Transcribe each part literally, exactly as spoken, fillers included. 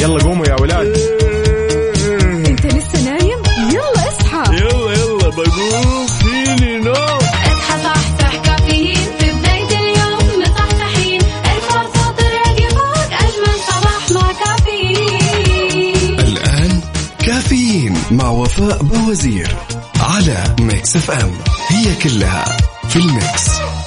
يلا قوموا يا ولاد. انت لسه نايم؟ يلا اصحى. يلا يلا بقوم فيني نوم. اصحى صحصح كافيين في بداية اليوم مصحصحين. الفرصة تراقي فوق أجمل صباح مع كافيين. الآن كافيين مع وفاء بوزير على ميكس اف ام. هي كلها في الميكس.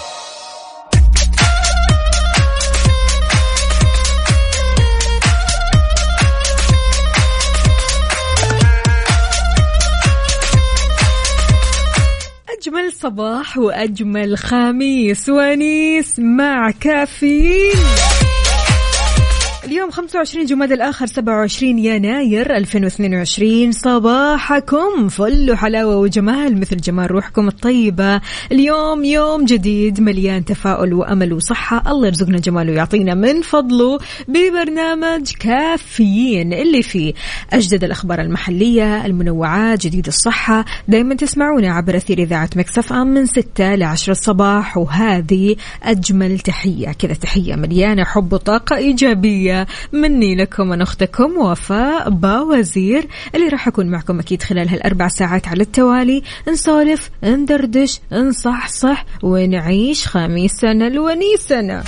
أجمل صباح وأجمل خميس ونيس مع كافيين. اليوم خمسة وعشرين جمادى الآخر سبعة وعشرين يناير ألفين واثنين وعشرين. صباحكم فل وحلاوة وجمال مثل جمال روحكم الطيبة. اليوم يوم جديد مليان تفاؤل وأمل وصحة. الله يرزقنا جماله ويعطينا من فضله ببرنامج كافيين اللي فيه أجدد الأخبار المحلية، المنوعات، جديد الصحة. دايما تسمعونا عبر أثير إذاعة ميكس اف ام من ستة لعشرة الصباح. وهذه أجمل تحية كذا، تحية مليانة حب وطاقة إيجابية مني لكم أنا أختكم وفاء باوزير، اللي راح أكون معكم أكيد خلال هالأربع ساعات على التوالي. نسولف، ندردش، نصحصح ونعيش خميسنا الونيسنا.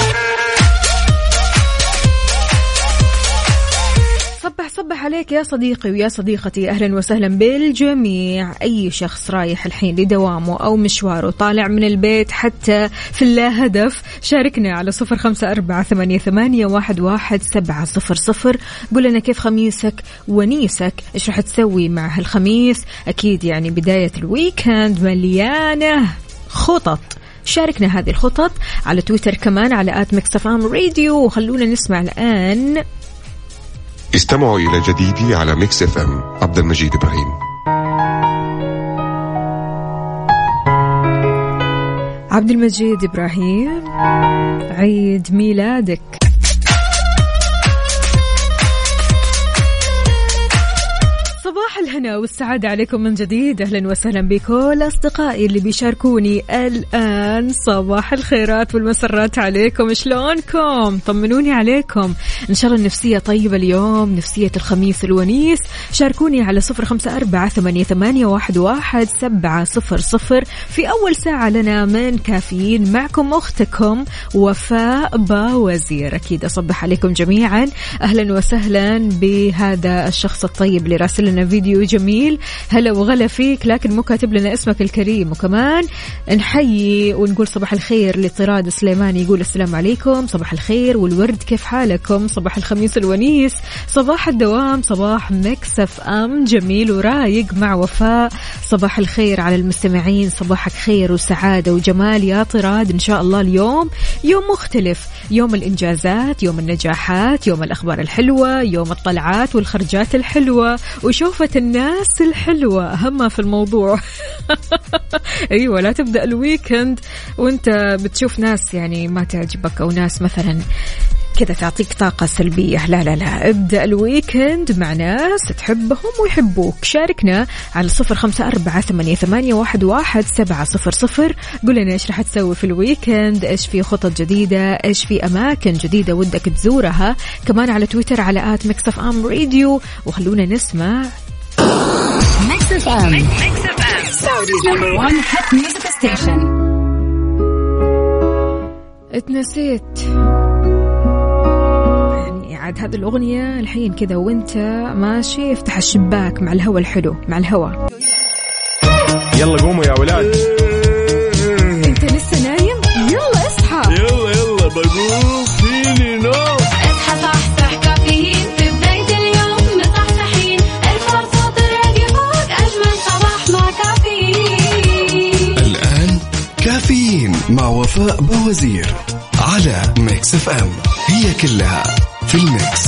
صبح صبح عليك يا صديقي ويا صديقتي. أهلا وسهلا بالجميع. أي شخص رايح الحين لدوامه أو مشواره، طالع من البيت حتى في اللا هدف، شاركنا على صفر خمسة أربعة ثمانية ثمانية واحد واحد سبعة صفر صفر. قول لنا كيف خميسك ونيسك، إيش راح تسوي مع هالخميس. أكيد يعني بداية الويكند مليانة خطط. شاركنا هذه الخطط على تويتر كمان على آت ميكس اف ام راديو. وخلونا نسمع الآن. استمعوا إلى جديدي على ميكس اف ام. عبد المجيد إبراهيم. عبد المجيد إبراهيم، عيد ميلادك. صباح الهنا والسعادة عليكم من جديد. أهلا وسهلا بكل أصدقائي اللي بيشاركوني الآن. صباح الخيرات والمسرات عليكم، شلونكم؟ طمنوني عليكم. إن شاء الله النفسية طيبة اليوم، نفسية الخميس الونيس. شاركوني على صفر خمسة أربعة ثمانية ثمانية واحد واحد سبعة صفر صفر في أول ساعة لنا من كافيين. معكم أختكم وفاء باوزير. أكيد أصبح عليكم جميعا. أهلا وسهلا بهذا الشخص الطيب اللي راسل لنا فيديو جميل. هلا وغلا فيك، لكن مو كاتب لنا اسمك الكريم. وكمان نحيي ونقول صباح الخير لطراد سليماني، يقول السلام عليكم. صباح الخير والورد، كيف حالكم؟ صباح الخميس الونيس، صباح الدوام، صباح ميكس اف ام جميل ورايق مع وفاء. صباح الخير على المستمعين، صباحك خير وسعادة وجمال يا طراد. إن شاء الله اليوم يوم مختلف، يوم الإنجازات، يوم النجاحات، يوم الأخبار الحلوة، يوم الطلعات والخرجات الحلوة وشوفة الناس الحلوة أهم في الموضوع. أيوة، لا تبدأ الويكند وانت بتشوف ناس يعني ما تعجبك، أو ناس مثلا كذا تعطيك طاقة سلبية. لا لا لا، ابدأ الويكند مع ناس تحبهم ويحبوك. شاركنا على صفر خمسة أربعة ثمانية ثمانية واحد واحد سبعة صفر صفر. قول لنا إيش راح تسوي في الويكند، إيش في خطط جديدة، إيش في أماكن جديدة ودك تزورها. كمان على تويتر على آت ميكس اف ام راديو. وخلونا نسمع ميكس اف ام، Saudi's number one hit music station. اتنسيت عاد هذه الأغنية الحين كذا وانت ماشي، افتح الشباك مع الهوا الحلو، مع الهوا. يلا قوموا يا ولاد. انت لسه نايم؟ يلا اصحى. يلا يلا بقوم فيني نوم. اصحى صحصح كافيين في بداية اليوم مصحصحين. الفرصة تراقي فوق أجمل صباح مع كافيين. الآن كافيين مع وفاء بوزير على ميكس اف ام. هي كلها في الميكس.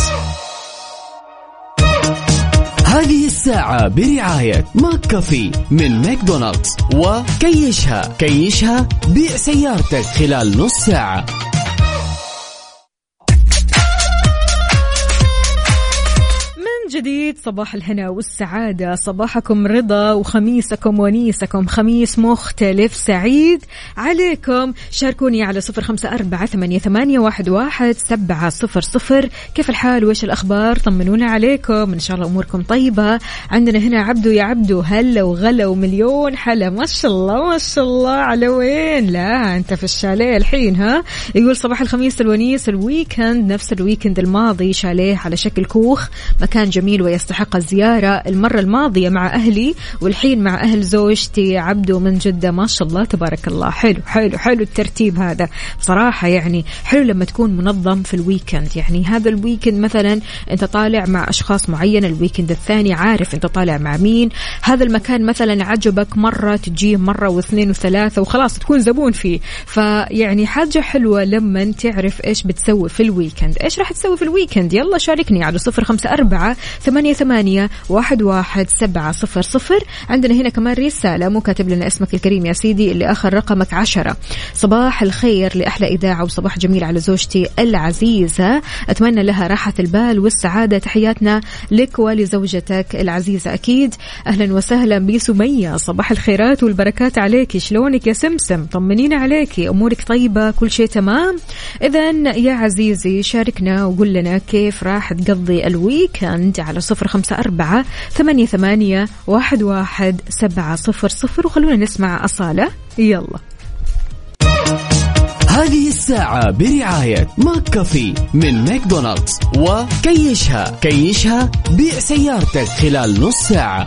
هذه الساعة برعاية ماك كافي من ماكدونالدز وكيشها. كيشها، بيع سيارتك خلال نص ساعة. من جديد صباح الهنا والسعادة، صباحكم رضا وخميسكم ونيسكم خميس مختلف سعيد عليكم. شاركوني على صفر خمسة أربعة ثمانية ثمانية واحد واحد سبعة صفر صفر. كيف الحال وإيش الأخبار؟ طمنونا عليكم، إن شاء الله أموركم طيبة. عندنا هنا عبدو يا عبدو، هلا وغلا ومليون حلا، ما شاء الله ما شاء الله. على وين؟ لا أنت في الشاليه الحين ها. يقول صباح الخميس الونيس، الويكند نفس الويكند الماضي، شاليه على شكل كوخ، مكان جميل ويستحق الزيارة. المرة الماضية مع أهلي والحين مع أهل زوجتي عبدو من جدة. ما شاء الله تبارك الله، حلو حلو حلو الترتيب هذا بصراحة. يعني حلو لما تكون منظم في الويكند. يعني هذا الويكند مثلا أنت طالع مع أشخاص معين، الويكند الثاني عارف أنت طالع مع مين. هذا المكان مثلا عجبك مرة تجيه مرة واثنين وثلاثة وخلاص تكون زبون فيه. فيعني حاجة حلوة لما تعرف إيش بتسوي في الويكند. إيش راح تسوي في الويكند؟ يلا شاركني على صفر خمسة أربعة ثمانية ثمانية واحد واحد سبعة صفر صفر. عندنا هنا كمان رسالة، مو كاتب لنا اسمك الكريم يا سيدي، اللي آخر رقمك عشرة. صباح الخير لأحلى إذاعة وصباح جميل على زوجتي العزيزة، أتمنى لها راحة البال والسعادة. تحياتنا لك ولزوجتك العزيزة. أكيد أهلا وسهلا بسمية، صباح الخيرات والبركات عليك. شلونك يا سمسم؟ طمنينا عليك، أمورك طيبة؟ كل شيء تمام؟ إذن يا عزيزي شاركنا وقول لنا كيف راح تقضي الويكند على صفر خمسة أربعة ثمانية ثمانية واحد واحد سبعة صفر صفر. وخلونا نسمع أصالة. يلا. هذه الساعة برعاية ماك كافي من ماكدونالدز وكيشها. كيشها بيع سيارتك خلال نص ساعة.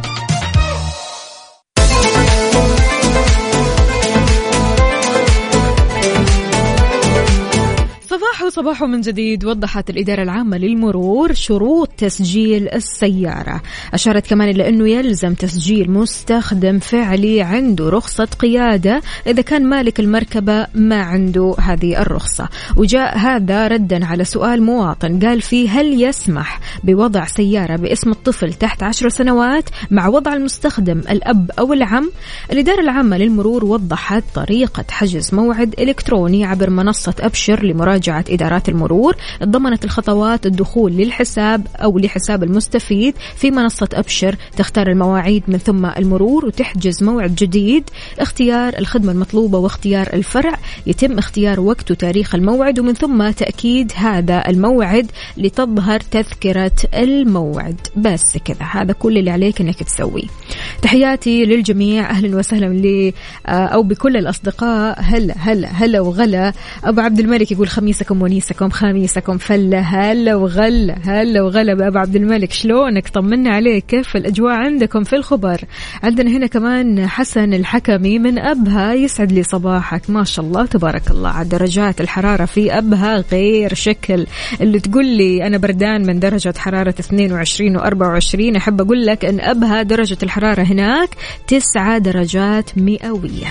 صباح صباح من جديد. وضحت الإدارة العامة للمرور شروط تسجيل السيارة. أشارت كمان إلى أنه يلزم تسجيل مستخدم فعلي عنده رخصة قيادة إذا كان مالك المركبة ما عنده هذه الرخصة. وجاء هذا ردا على سؤال مواطن قال فيه هل يسمح بوضع سيارة باسم الطفل تحت عشر سنوات مع وضع المستخدم الأب أو العم. الإدارة العامة للمرور وضحت طريقة حجز موعد إلكتروني عبر منصة أبشر لمراجعة إدارات المرور. ضمنت الخطوات الدخول للحساب أو لحساب المستفيد في منصة أبشر، تختار المواعيد من ثم المرور وتحجز موعد جديد، اختيار الخدمة المطلوبة واختيار الفرع، يتم اختيار وقت وتاريخ الموعد ومن ثم تأكيد هذا الموعد لتظهر تذكرة الموعد. بس كذا، هذا كل اللي عليك انك تسوي. تحياتي للجميع، أهلا وسهلا لي أو بكل الأصدقاء. هلا هلا هلا وغلا. أبو عبد الملك يقول خميسكم ونيسكم خميسكم فلة. هلا وغلا هلا وغلا بأبو عبد الملك، شلونك؟ طمنا عليك، كيف الأجواء عندكم في الخبر؟ عندنا هنا كمان حسن الحكمي من أبها، يسعد لي صباحك. ما شاء الله تبارك الله، على درجات الحرارة في أبها غير شكل. اللي تقول لي أنا بردان من درجة حرارة اثنين وعشرين وأربعة وعشرين، أحب أقول لك أن أبها درجة الحرارة هناك تسعة درجات مئوية.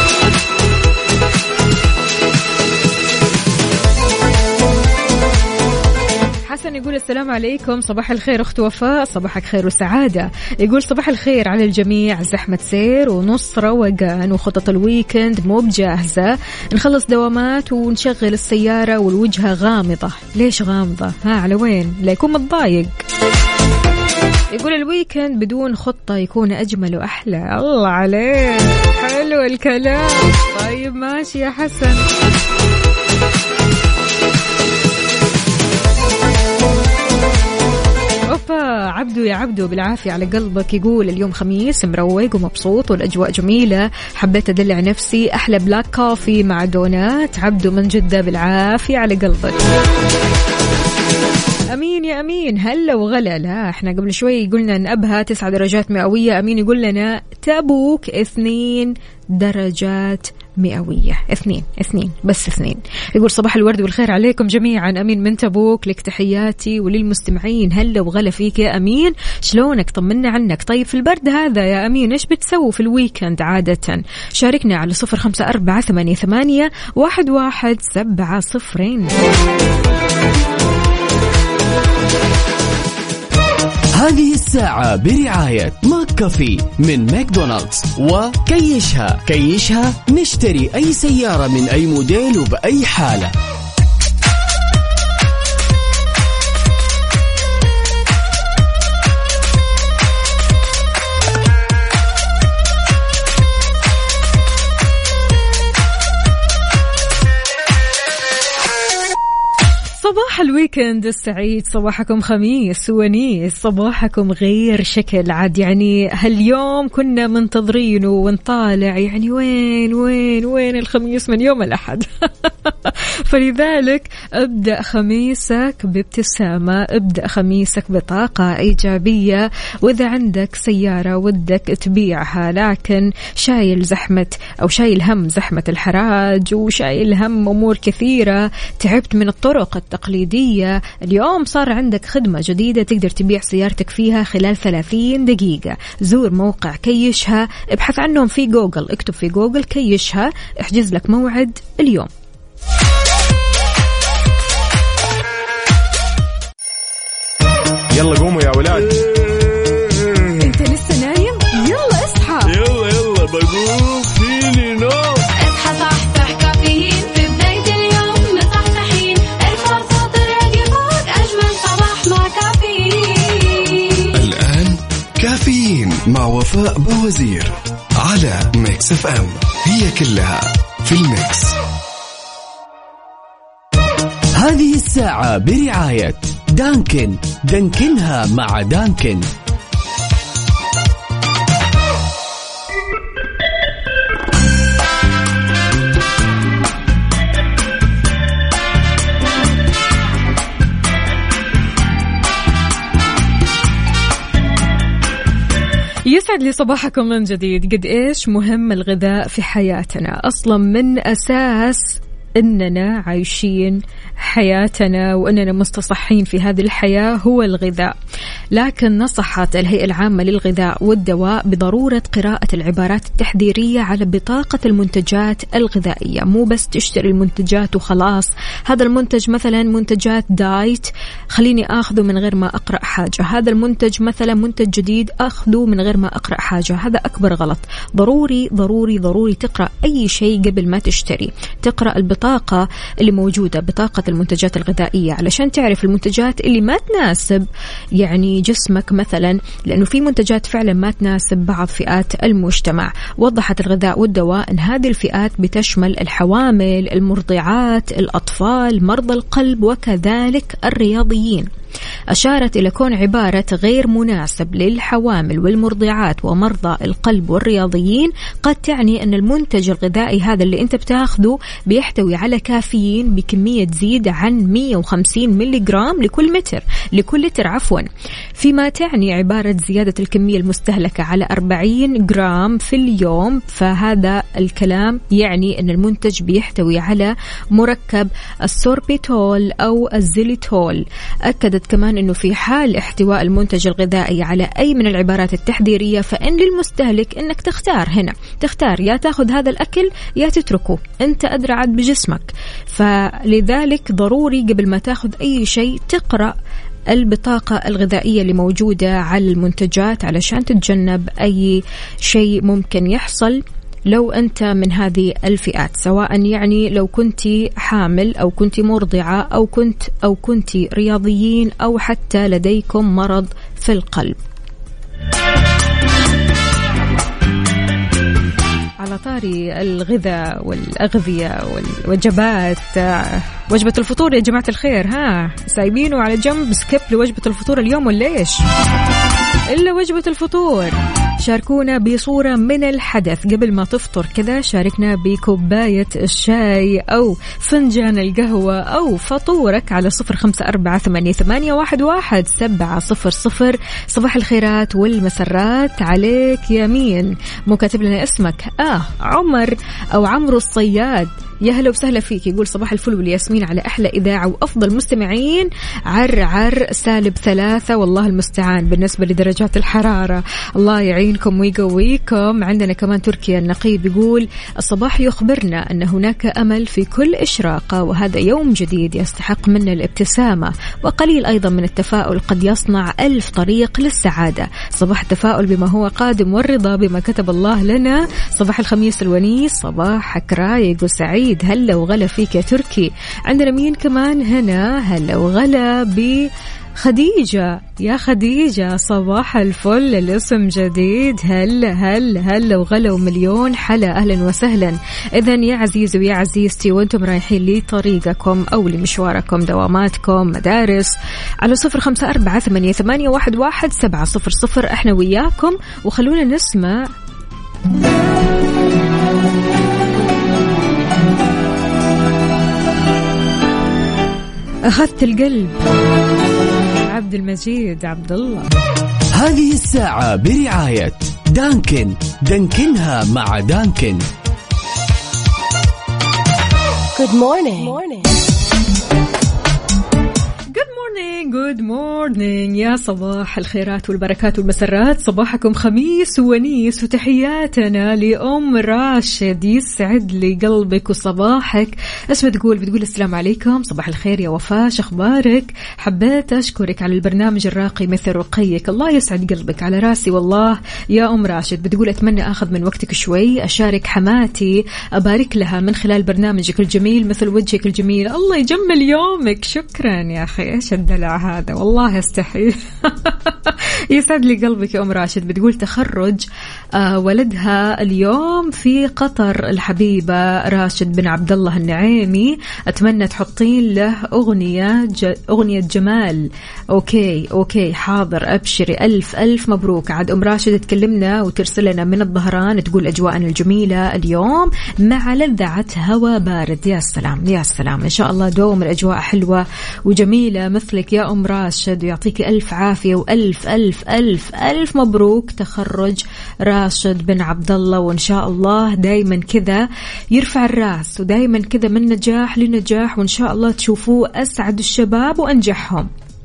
حسن يقول السلام عليكم، صباح الخير أخت وفاء، صباحك خير وسعادة. يقول صباح الخير على الجميع، زحمة سير ونص روقان وخطط الويكند مو بجاهزة، نخلص دوامات ونشغل السيارة والوجهة غامضة. ليش غامضة؟ ها على وين؟ لا يكون متضايق. يقول الويكند بدون خطة يكون أجمل وأحلى. الله عليك، حلو الكلام. طيب ماشي يا حسن. أوبا عبدو يا عبدو بالعافية على قلبك. يقول اليوم خميس مروق ومبسوط والأجواء جميلة، حبيت أدلع نفسي، أحلى بلاك كوفي مع دونات. عبدو من جدة بالعافية على قلبك. أمين يا أمين، هلا وغلا. لا احنا قبل شوي قلنا أن أبها تسعة درجات مئوية، أمين يقول لنا تبوك اثنين درجات مئوية. اثنين اثنين بس اثنين. يقول صباح الورد والخير عليكم جميعا، أمين من تبوك، لك تحياتي وللمستمعين. هلا وغلا فيك يا أمين، شلونك؟ طمنا عنك. طيب في البرد هذا يا أمين إيش بتسوي في الويكند عادة؟ شاركنا على صفر خمسة أربعة ثمانية ثمانية واحد واحد سبعة صفرين. هذه الساعة برعاية ماك كافي من ماكدونالدز وكيشها. كيشها نشتري أي سيارة من أي موديل وبأي حالة. الويكند السعيد، صباحكم خميس ونيس، صباحكم غير شكل عاد. يعني هاليوم كنا منتظرينه ونطالع، يعني وين وين وين الخميس من يوم الأحد. فلذلك ابدأ خميسك بابتسامة، ابدأ خميسك بطاقة إيجابية. وإذا عندك سيارة ودك تبيعها لكن شايل زحمة أو شايل هم زحمة الحراج وشايل هم أمور كثيرة، تعبت من الطرق التقليدية، اليوم صار عندك خدمة جديدة تقدر تبيع سيارتك فيها خلال ثلاثين دقيقة. زور موقع كيشها، ابحث عنهم في جوجل، اكتب في جوجل كيشها، احجز لك موعد اليوم. يلا قوموا يا ولاد. انت لسه نايم؟ يلا اصحى. يلا يلا بقوم فيني نوم. اصحى صحصح كافيين في بداية اليوم مصحصحين، الفرصة تراقي فوق أجمل صباح مع كافيين. الآن كافيين مع وفاء بوزير على ميكس اف ام، هي كلها في الميكس. هذه الساعة برعاية دانكن، دانكنها مع دانكن. يسعد لي صباحكم من جديد. قد إيش مهم الغذاء في حياتنا، أصلا من أساس إننا عايشين حياتنا وإننا مستصحين في هذه الحياة هو الغذاء. لكن نصحت الهيئة العامة للغذاء والدواء بضرورة قراءة العبارات التحذيرية على بطاقة المنتجات الغذائية، مو بس تشتري المنتجات وخلاص. هذا المنتج مثلا منتجات دايت، خليني أخذه من غير ما أقرأ حاجة. هذا المنتج مثلا منتج جديد، أخذه من غير ما أقرأ حاجة. هذا أكبر غلط. ضروري ضروري ضروري تقرأ أي شيء قبل ما تشتري، تقرأ البطاقة اللي موجودة، بطاقة المنتجات الغذائية، علشان تعرف المنتجات اللي ما تناسب يعني جسمك مثلا، لأنه في منتجات فعلا ما تناسب بعض فئات المجتمع. وضحت الغذاء والدواء أن هذه الفئات بتشمل الحوامل، المرضعات، الأطفال، مرضى القلب، وكذلك الرياضيين. أشارت إلى كون عبارة غير مناسب للحوامل والمرضعات ومرضى القلب والرياضيين قد تعني أن المنتج الغذائي هذا اللي أنت بتاخذه بيحتوي على كافيين بكمية تزيد عن مية وخمسين ملي جرام لكل متر لكل لتر عفوا، فيما تعني عبارة زيادة الكمية المستهلكة على أربعين جرام في اليوم. فهذا الكلام يعني أن المنتج بيحتوي على مركب السوربيتول أو الزيليتول. أكدت كمان أنه في حال احتواء المنتج الغذائي على أي من العبارات التحذيرية فإن للمستهلك أنك تختار، هنا تختار يا تأخذ هذا الأكل يا تتركه، أنت أدرى عاد بجسمك. فلذلك ضروري قبل ما تأخذ أي شيء تقرأ البطاقة الغذائية اللي موجودة على المنتجات علشان تتجنب أي شيء ممكن يحصل لو أنت من هذه الفئات، سواء يعني لو كنت حامل أو كنت مرضعة أو كنت أو كنت رياضيين أو حتى لديكم مرض في القلب. على طاري الغذاء والأغذية والوجبات، وجبة الفطور يا جماعة الخير، ها سايبينه على جنب سكيب لوجبة الفطور اليوم ولا إيش؟ إلا وجبة الفطور. شاركونا بصورة من الحدث قبل ما تفطر كذا، شاركنا بكوباية الشاي أو فنجان القهوة أو فطورك على صفر خمسة أربعة ثمانية ثمانية واحد واحد سبعة صفر صفر. صباح الخيرات والمسرات عليك يا مين؟ مو كاتب لنا اسمك؟ آه عمر أو عمرو الصياد، يا هلا وسهلا فيك. يقول صباح الفل والياسمين على أحلى إذاعة وأفضل مستمعين. عر عر سالب ثلاثة والله المستعان بالنسبة لدرجات الحرارة، الله يعينكم ويقويكم. عندنا كمان تركيا النقيب يقول الصباح يخبرنا أن هناك أمل في كل إشراقة، وهذا يوم جديد يستحق منا الابتسامة وقليل أيضا من التفاؤل قد يصنع ألف طريق للسعادة. صباح التفاؤل بما هو قادم والرضا بما كتب الله لنا. صباح الخميس الونيس، صباحك رايق وسعيد. هلا وغلا فيك يا تركي. عندنا مين كمان هنا؟ هلا وغلا ب خديجة. يا خديجة صباح الفل، الاسم جديد. هلا هلا هلا وغلا ومليون حلا، أهلا وسهلا. إذن يا عزيزي ويا عزيزتي وانتم رايحين لطريقكم أو لمشواركم، دواماتكم، مدارس، على صفر خمسة أربعة ثمانية ثمانية واحد واحد سبعة صفر صفر احنا وياكم. وخلونا نسمع أخذت القلب، عبد المجيد عبد الله. هذه الساعة برعاية دانكن، دانكنها مع دانكن. Good morning. morning. Good morning. يا صباح الخيرات والبركات والمسرات، صباحكم خميس ونيس، وتحياتنا لأم راشد، يسعد لي قلبك وصباحك. اسمه تقول بتقول السلام عليكم، صباح الخير يا وفاء، شخبارك؟ حبيت أشكرك على البرنامج الراقي مثل رقيك، الله يسعد قلبك، على راسي والله يا أم راشد. بتقول أتمنى أخذ من وقتك شوي أشارك حماتي، أبارك لها من خلال برنامجك الجميل مثل وجهك الجميل، الله يجمل يومك. شكرا يا أخي، إيش الدلع هذا، والله استحي. يسعد لي قلبك يا أم راشد. بتقول تخرج آه ولدها اليوم في قطر، الحبيبة راشد بن عبد الله النعيمي، أتمنى تحطين له أغنية ج... أغنية جمال. أوكي أوكي حاضر، أبشري، ألف ألف مبروك. عاد أم راشد تكلمنا وترسلنا من الظهران، تقول أجواءنا الجميلة اليوم مع لذعة هواء بارد. يا سلام يا سلام، إن شاء الله دوم الأجواء حلوة وجميلة مثلك يا أم راشد، ويعطيك ألف عافية وألف ألف ألف ألف مبروك تخرج راشد بن عبد الله. وإن شاء الله دايما كذا يرفع الرأس، ودايما كذا من نجاح لنجاح، وإن شاء الله تشوفوه أسعد الشباب وأنجحهم.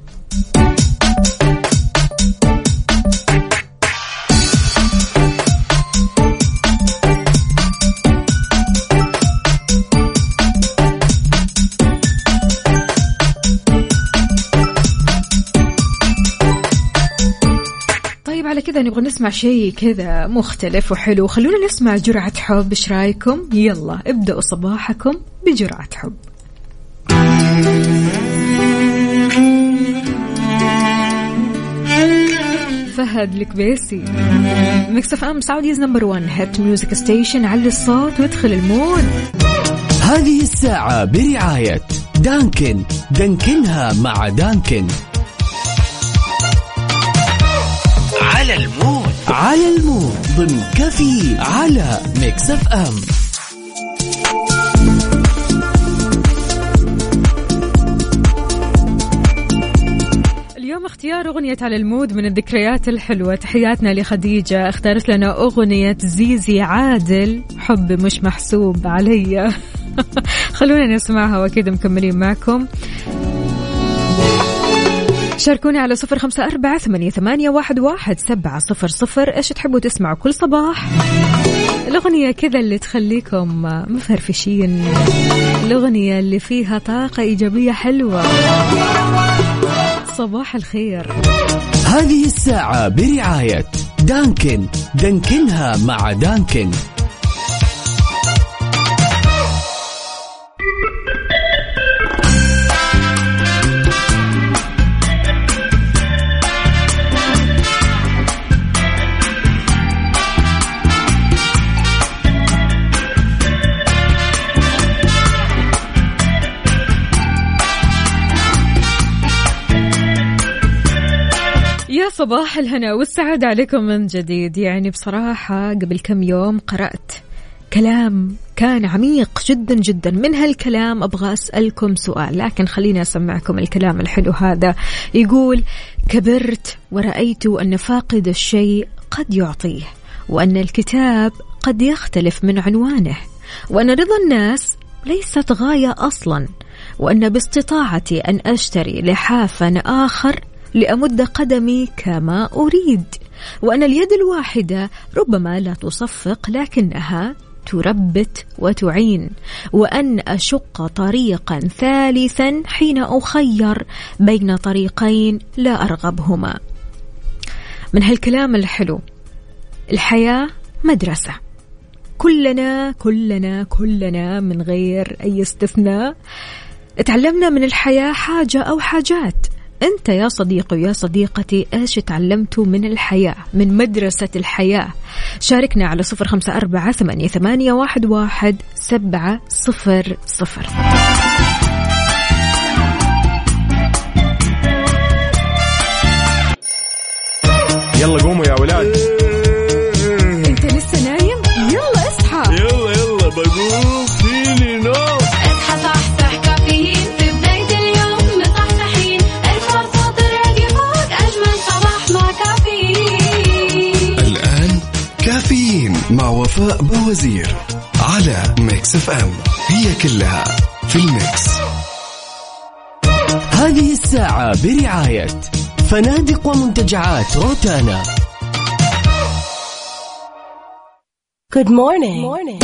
على كذا نبغى نسمع شيء كذا مختلف وحلو، خلونا نسمع جرعة حب. ايش رايكم؟ يلا ابدأوا صباحكم بجرعة حب. فهد الكبيسي، ميكس اف ام سعوديز نمبر وان هيت ميوزك ستيشن، علي الصوت وادخل المود. هذه الساعة برعاية دانكن، دانكنها مع دانكن. على المود، على المود ضمن كافيين على ميكس اف ام. اليوم اختيار أغنية على المود من الذكريات الحلوة. تحياتنا لخديجة، اختارت لنا أغنية زيزي عادل، حب مش محسوب علي. خلونا نسمعها وأكيد مكملين معكم. شاركوني على صفر خمسة أربعة ثمانية ثمانية واحد واحد سبعة صفر صفر. إيش تحبوا تسمعوا كل صباح؟ الأغنية كذا اللي تخليكم مفرفشين، الأغنية اللي فيها طاقة إيجابية حلوة. صباح الخير. هذه الساعة برعاية دانكن، دانكنها مع دانكن. صباح الهنا والسعادة عليكم من جديد. يعني بصراحة قبل كم يوم قرأت كلام كان عميق جدا جدا. من هالكلام أبغى أسألكم سؤال، لكن خليني أسمعكم الكلام الحلو هذا. يقول: كبرت ورأيت أن فاقد الشيء قد يعطيه، وأن الكتاب قد يختلف من عنوانه، وأن رضا الناس ليست غاية أصلا، وأن باستطاعتي أن أشتري لحافا آخر لأمد قدمي كما أريد، وأن اليد الواحدة ربما لا تصفق لكنها تربت وتعين، وأن أشق طريقا ثالثا حين أخير بين طريقين لا أرغبهما. من هالكلام الحلو، الحياة مدرسة، كلنا كلنا كلنا من غير أي استثناء تعلمنا من الحياة حاجة أو حاجات. أنت يا صديقي ويا صديقتي إيش تعلمتوا من الحياة، من مدرسة الحياة؟ شاركنا على صفر خمسة أربعة ثمانية ثمانية واحد واحد سبعة صفر صفر. يلا قوموا يا ولاد. أنت لسه نايم؟ يلا اصحى. يلا يلا بقوم فيني نوم. اصحى صحصح كافيين في بداية اليوم مصحصحين، الفرصة تراقي فوق أجمل صباح مع كافيين. الآن كافيين مع وفاء بوزير على ميكس اف ام، هي كلها في الميكس. هذه الساعة برعاية فنادق ومنتجعات روتانا. Good morning. Morning.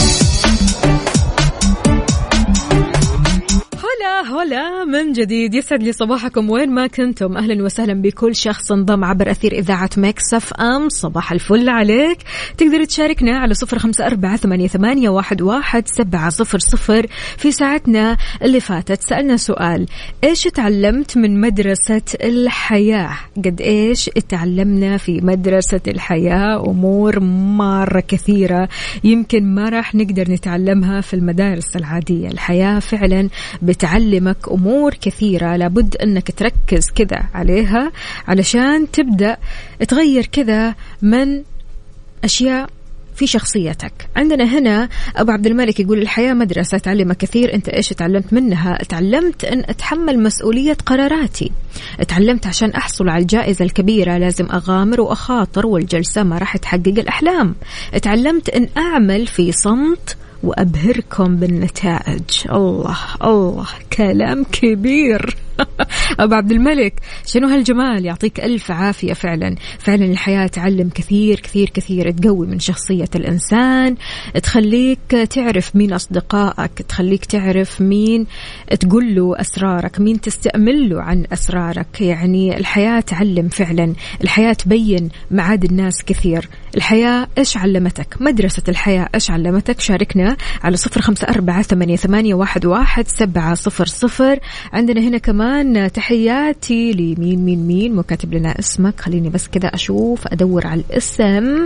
هلا هلا من جديد، يسعد لي صباحكم وين ما كنتم. أهلا وسهلا بكل شخص انضم عبر أثير إذاعة ميكس اف ام. صباح الفل عليك. تقدر تشاركنا على صفر خمسة أربعة ثمانية ثمانية واحد واحد سبعة صفر صفر. في ساعتنا اللي فاتت سألنا سؤال: إيش تعلمت من مدرسة الحياة؟ قد إيش تعلمنا في مدرسة الحياة؟ أمور مرة كثيرة يمكن ما راح نقدر نتعلمها في المدارس العادية. الحياة فعلا بتعلمك أمور كثيرة، لابد أنك تركز كذا عليها علشان تبدأ تغير كذا من أشياء في شخصيتك. عندنا هنا أبو عبد الملك يقول: الحياة مدرسة تعلمك كثير. أنت إيش تعلمت منها؟ تعلمت أن أتحمل مسؤولية قراراتي، تعلمت عشان أحصل على الجائزة الكبيرة لازم أغامر وأخاطر، والجلسة ما راح تحقق الأحلام. تعلمت أن أعمل في صمت وأبهركم بالنتائج. الله الله، كلام كبير. أبو عبد الملك شنو هالجمال، يعطيك ألف عافية. فعلا فعلا الحياة تعلم كثير كثير كثير، تقوي من شخصية الإنسان، تخليك تعرف مين أصدقائك، تخليك تعرف مين تقول له أسرارك، مين تستأمل له عن أسرارك. يعني الحياة تعلم فعلا، الحياة تبين معاد الناس كثير. الحياة إيش علمتك؟ مدرسة الحياة إيش علمتك؟ شاركنا على صفر خمسة أربعة ثمانية ثمانية واحد واحد سبعة صفر صفر. عندنا هنا كمان تحياتي لمين مين مين مكاتب لنا اسمك. خليني بس كذا أشوف أدور على الاسم.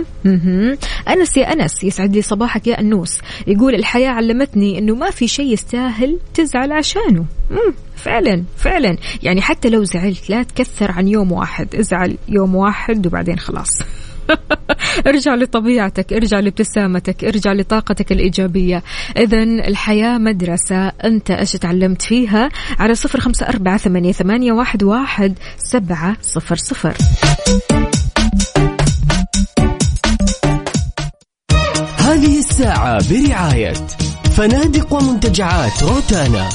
أنس يا أنس، يسعد لي صباحك يا أنوس. يقول: الحياة علمتني أنه ما في شيء يستاهل تزعل عشانه. مم. فعلا فعلا، يعني حتى لو زعلت لا تكثر عن يوم واحد، ازعل يوم واحد وبعدين خلاص. ارجع لطبيعتك، ارجع لابتسامتك، ارجع لطاقتك الإيجابية. إذن الحياة مدرسة، أنت إيش تعلمت فيها؟ على صفر خمسة أربعة ثمانية ثمانية واحد واحد سبعة صفر صفر. هذه الساعة برعاية فنادق ومنتجعات روتانا.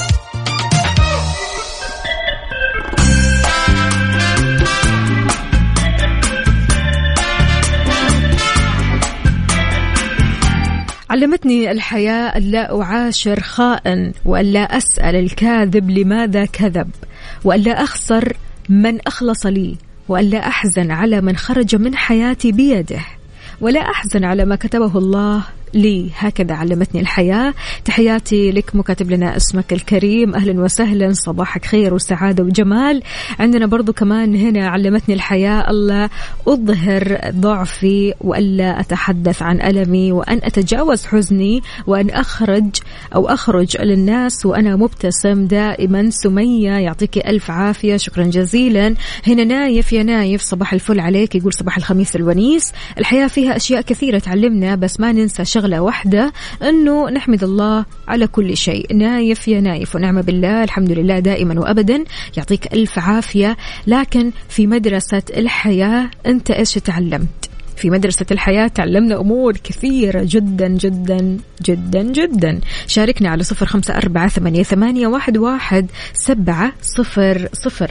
علمتني الحياة ألا أعاشر خائن، وألا أسأل الكاذب لماذا كذب، وألا أخسر من أخلص لي، وألا أحزن على من خرج من حياتي بيده، ولا أحزن على ما كتبه الله لي. هكذا علمتني الحياة. تحياتي لك مكاتب لنا اسمك الكريم، أهلا وسهلا، صباحك خير وسعادة وجمال. عندنا برضو كمان هنا: علمتني الحياة ألا أظهر ضعفي، وألا أتحدث عن ألمي، وأن أتجاوز حزني، وأن أخرج أو أخرج للناس وأنا مبتسم دائما. سمية يعطيك ألف عافية، شكرا جزيلا. هنا نايف، يا نايف صباح الفل عليك، يقول: صباح الخميس الونيس. الحياة فيها أشياء كثيرة تعلمنا، بس ما ننسى شغلة واحدة، أنه نحمد الله على كل شيء. نايف يا نايف، ونعم بالله، الحمد لله دائما وأبدا، يعطيك ألف عافية. لكن في مدرسة الحياة أنت إيش تعلمت؟ في مدرسة الحياة تعلمنا أمور كثيرة جدا جدا جدا جدا. شاركنا على صفر خمسة أربعة ثمانية ثمانية واحد واحد سبعة صفر صفر.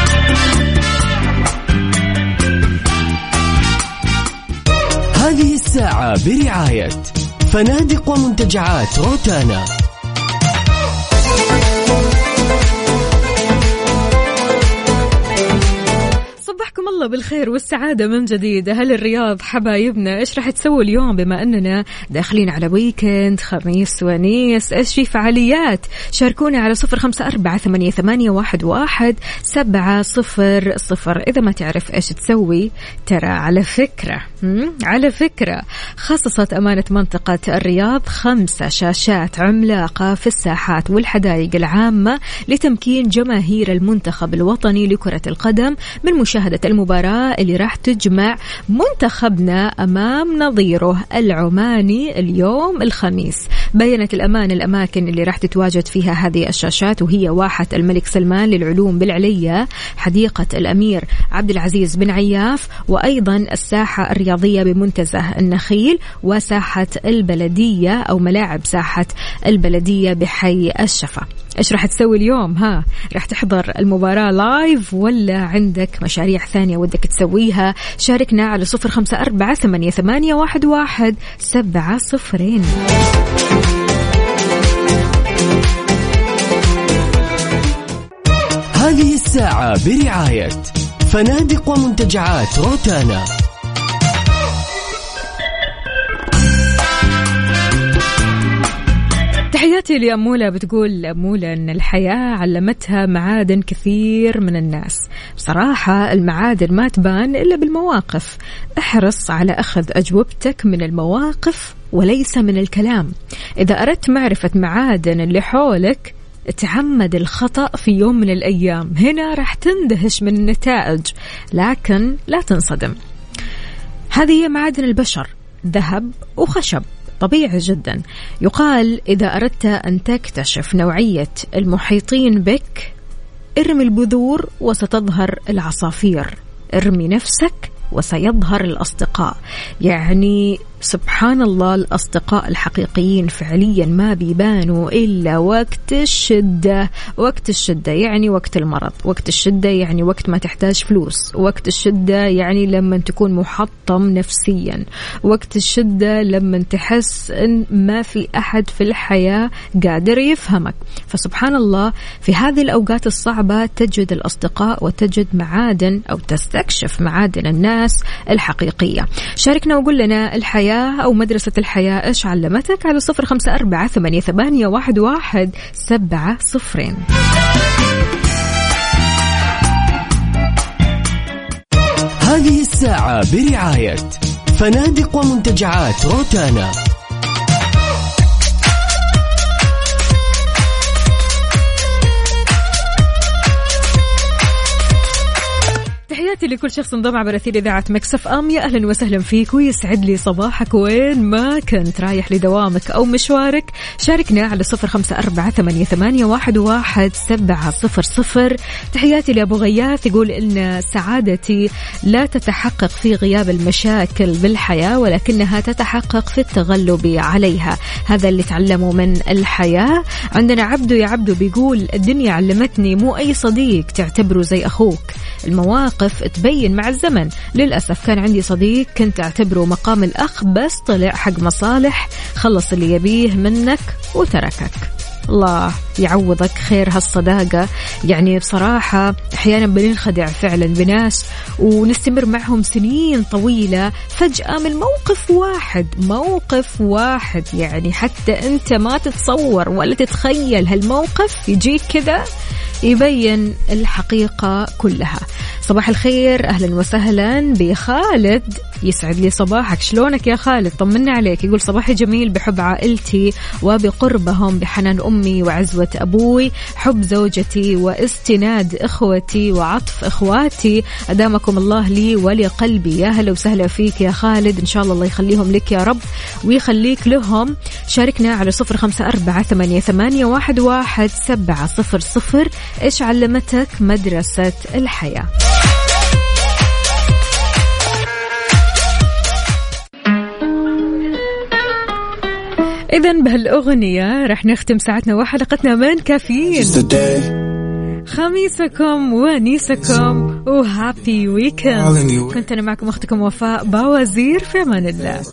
هذه الساعة برعاية فنادق ومنتجعات روتانا. صبحكم الله بالخير والسعادة من جديد. أهل الرياض حبايبنا، إيش راح تسوي اليوم بما أننا داخلين على ويكند خميس ونيس؟ إيش في فعاليات؟ شاركونا على صفر خمسة أربعة ثمانية ثمانية واحد واحد سبعة صفر صفر. إذا ما تعرف إيش تسوي، ترى على فكرة على فكرة خصصت أمانة منطقة الرياض خمسة شاشات عملاقة في الساحات والحدائق العامة لتمكين جماهير المنتخب الوطني لكرة القدم من مشاهدة المباراة اللي راح تجمع منتخبنا أمام نظيره العماني اليوم الخميس. بيّنت الأمانة الأماكن اللي راح تتواجد فيها هذه الشاشات، وهي واحة الملك سلمان للعلوم بالعلية، حديقة الأمير عبد العزيز بن عياف، وأيضا الساحة الرياضية بمنتزه النخيل، وساحة البلدية أو ملاعب ساحة البلدية بحي الشفا. إيش راح تسوي اليوم؟ ها، راح تحضر المباراة لايف ولا عندك مشاريع ثانية ودك تسويها؟ شاركنا على صفر خمسة أربعة ثمانية ثمانية واحد واحد سبعة صفرين. هذه الساعة برعاية فنادق ومنتجعات روتانا. تحياتي لأمولة، بتقول أمولة أن الحياة علمتها معادن كثير من الناس. بصراحة المعادن ما تبان إلا بالمواقف. احرص على أخذ أجوبتك من المواقف وليس من الكلام. إذا أردت معرفة معادن اللي حولك، تعمد الخطأ في يوم من الأيام، هنا راح تندهش من النتائج، لكن لا تنصدم. هذه هي معادن البشر، ذهب وخشب، طبيعي جدا. يقال إذا أردت أن تكتشف نوعية المحيطين بك، ارمي البذور وستظهر العصافير، ارمي نفسك وسيظهر الأصدقاء. يعني سبحان الله، الأصدقاء الحقيقيين فعليا ما بيبانوا إلا وقت الشدة. وقت الشدة يعني وقت المرض، وقت الشدة يعني وقت ما تحتاج فلوس، وقت الشدة يعني لما تكون محطم نفسيا، وقت الشدة لما تحس إن ما في أحد في الحياة قادر يفهمك. فسبحان الله، في هذه الأوقات الصعبة تجد الأصدقاء وتجد معادن أو تستكشف معادن الناس الحقيقية. شاركنا وقول لنا الحياة أو مدرسة الحياة إيش علمتك على صفر خمسة أربعة ثمانية ثمانية واحد واحد سبعة صفرين. هذه الساعة برعاية فنادق ومنتجعات روتانا. تحياتي لكل شخص انضم عبر أثير إذاعة مكسف أم. يا أهلا وسهلا فيك ويسعد لي صباحك وين ما كنت رايح لدوامك أو مشوارك. شاركنا على صفر خمسة أربعة ثمانية ثمانية واحد واحد سبعة صفر صفر. تحياتي لأبو غياث، يقول إن سعادتي لا تتحقق في غياب المشاكل بالحياة، ولكنها تتحقق في التغلب عليها. هذا اللي تعلمه من الحياة. عندنا عبدو، يا عبدو بيقول الدنيا علمتني مو أي صديق تعتبره زي أخوك، المواقف تبين مع الزمن. للأسف كان عندي صديق كنت أعتبره مقام الأخ، بس طلع حق مصالح، خلص اللي يبيه منك وتركك. الله يعوضك خير هالصداقة. يعني بصراحة أحيانا بننخدع فعلا بناس ونستمر معهم سنين طويلة، فجأة من موقف واحد موقف واحد يعني حتى أنت ما تتصور ولا تتخيل هالموقف يجيك كذا يبين الحقيقة كلها. صباح الخير، أهلا وسهلا بخالد، يسعد لي صباحك. شلونك يا خالد؟ طمنا عليك. يقول صباحي جميل بحب عائلتي وبقربهم، بحنان أمي وعزوة أبوي، حب زوجتي واستناد إخوتي وعطف إخواتي، أدامكم الله لي ولقلبي. يا هلا وسهلا فيك يا خالد، إن شاء الله الله يخليهم لك يا رب ويخليك لهم. شاركنا على صفر خمسة أربعة ثمانية ثمانية واحد واحد سبعة صفر صفر. إيش علمتك مدرسة الحياة؟ إذن بهالأغنية رح نختم ساعتنا وحلقتنا من كافيين. خميسكم ونيسكم وهابي ويكند. كنت أنا معكم أختكم وفاء باوزير، في أمان الله.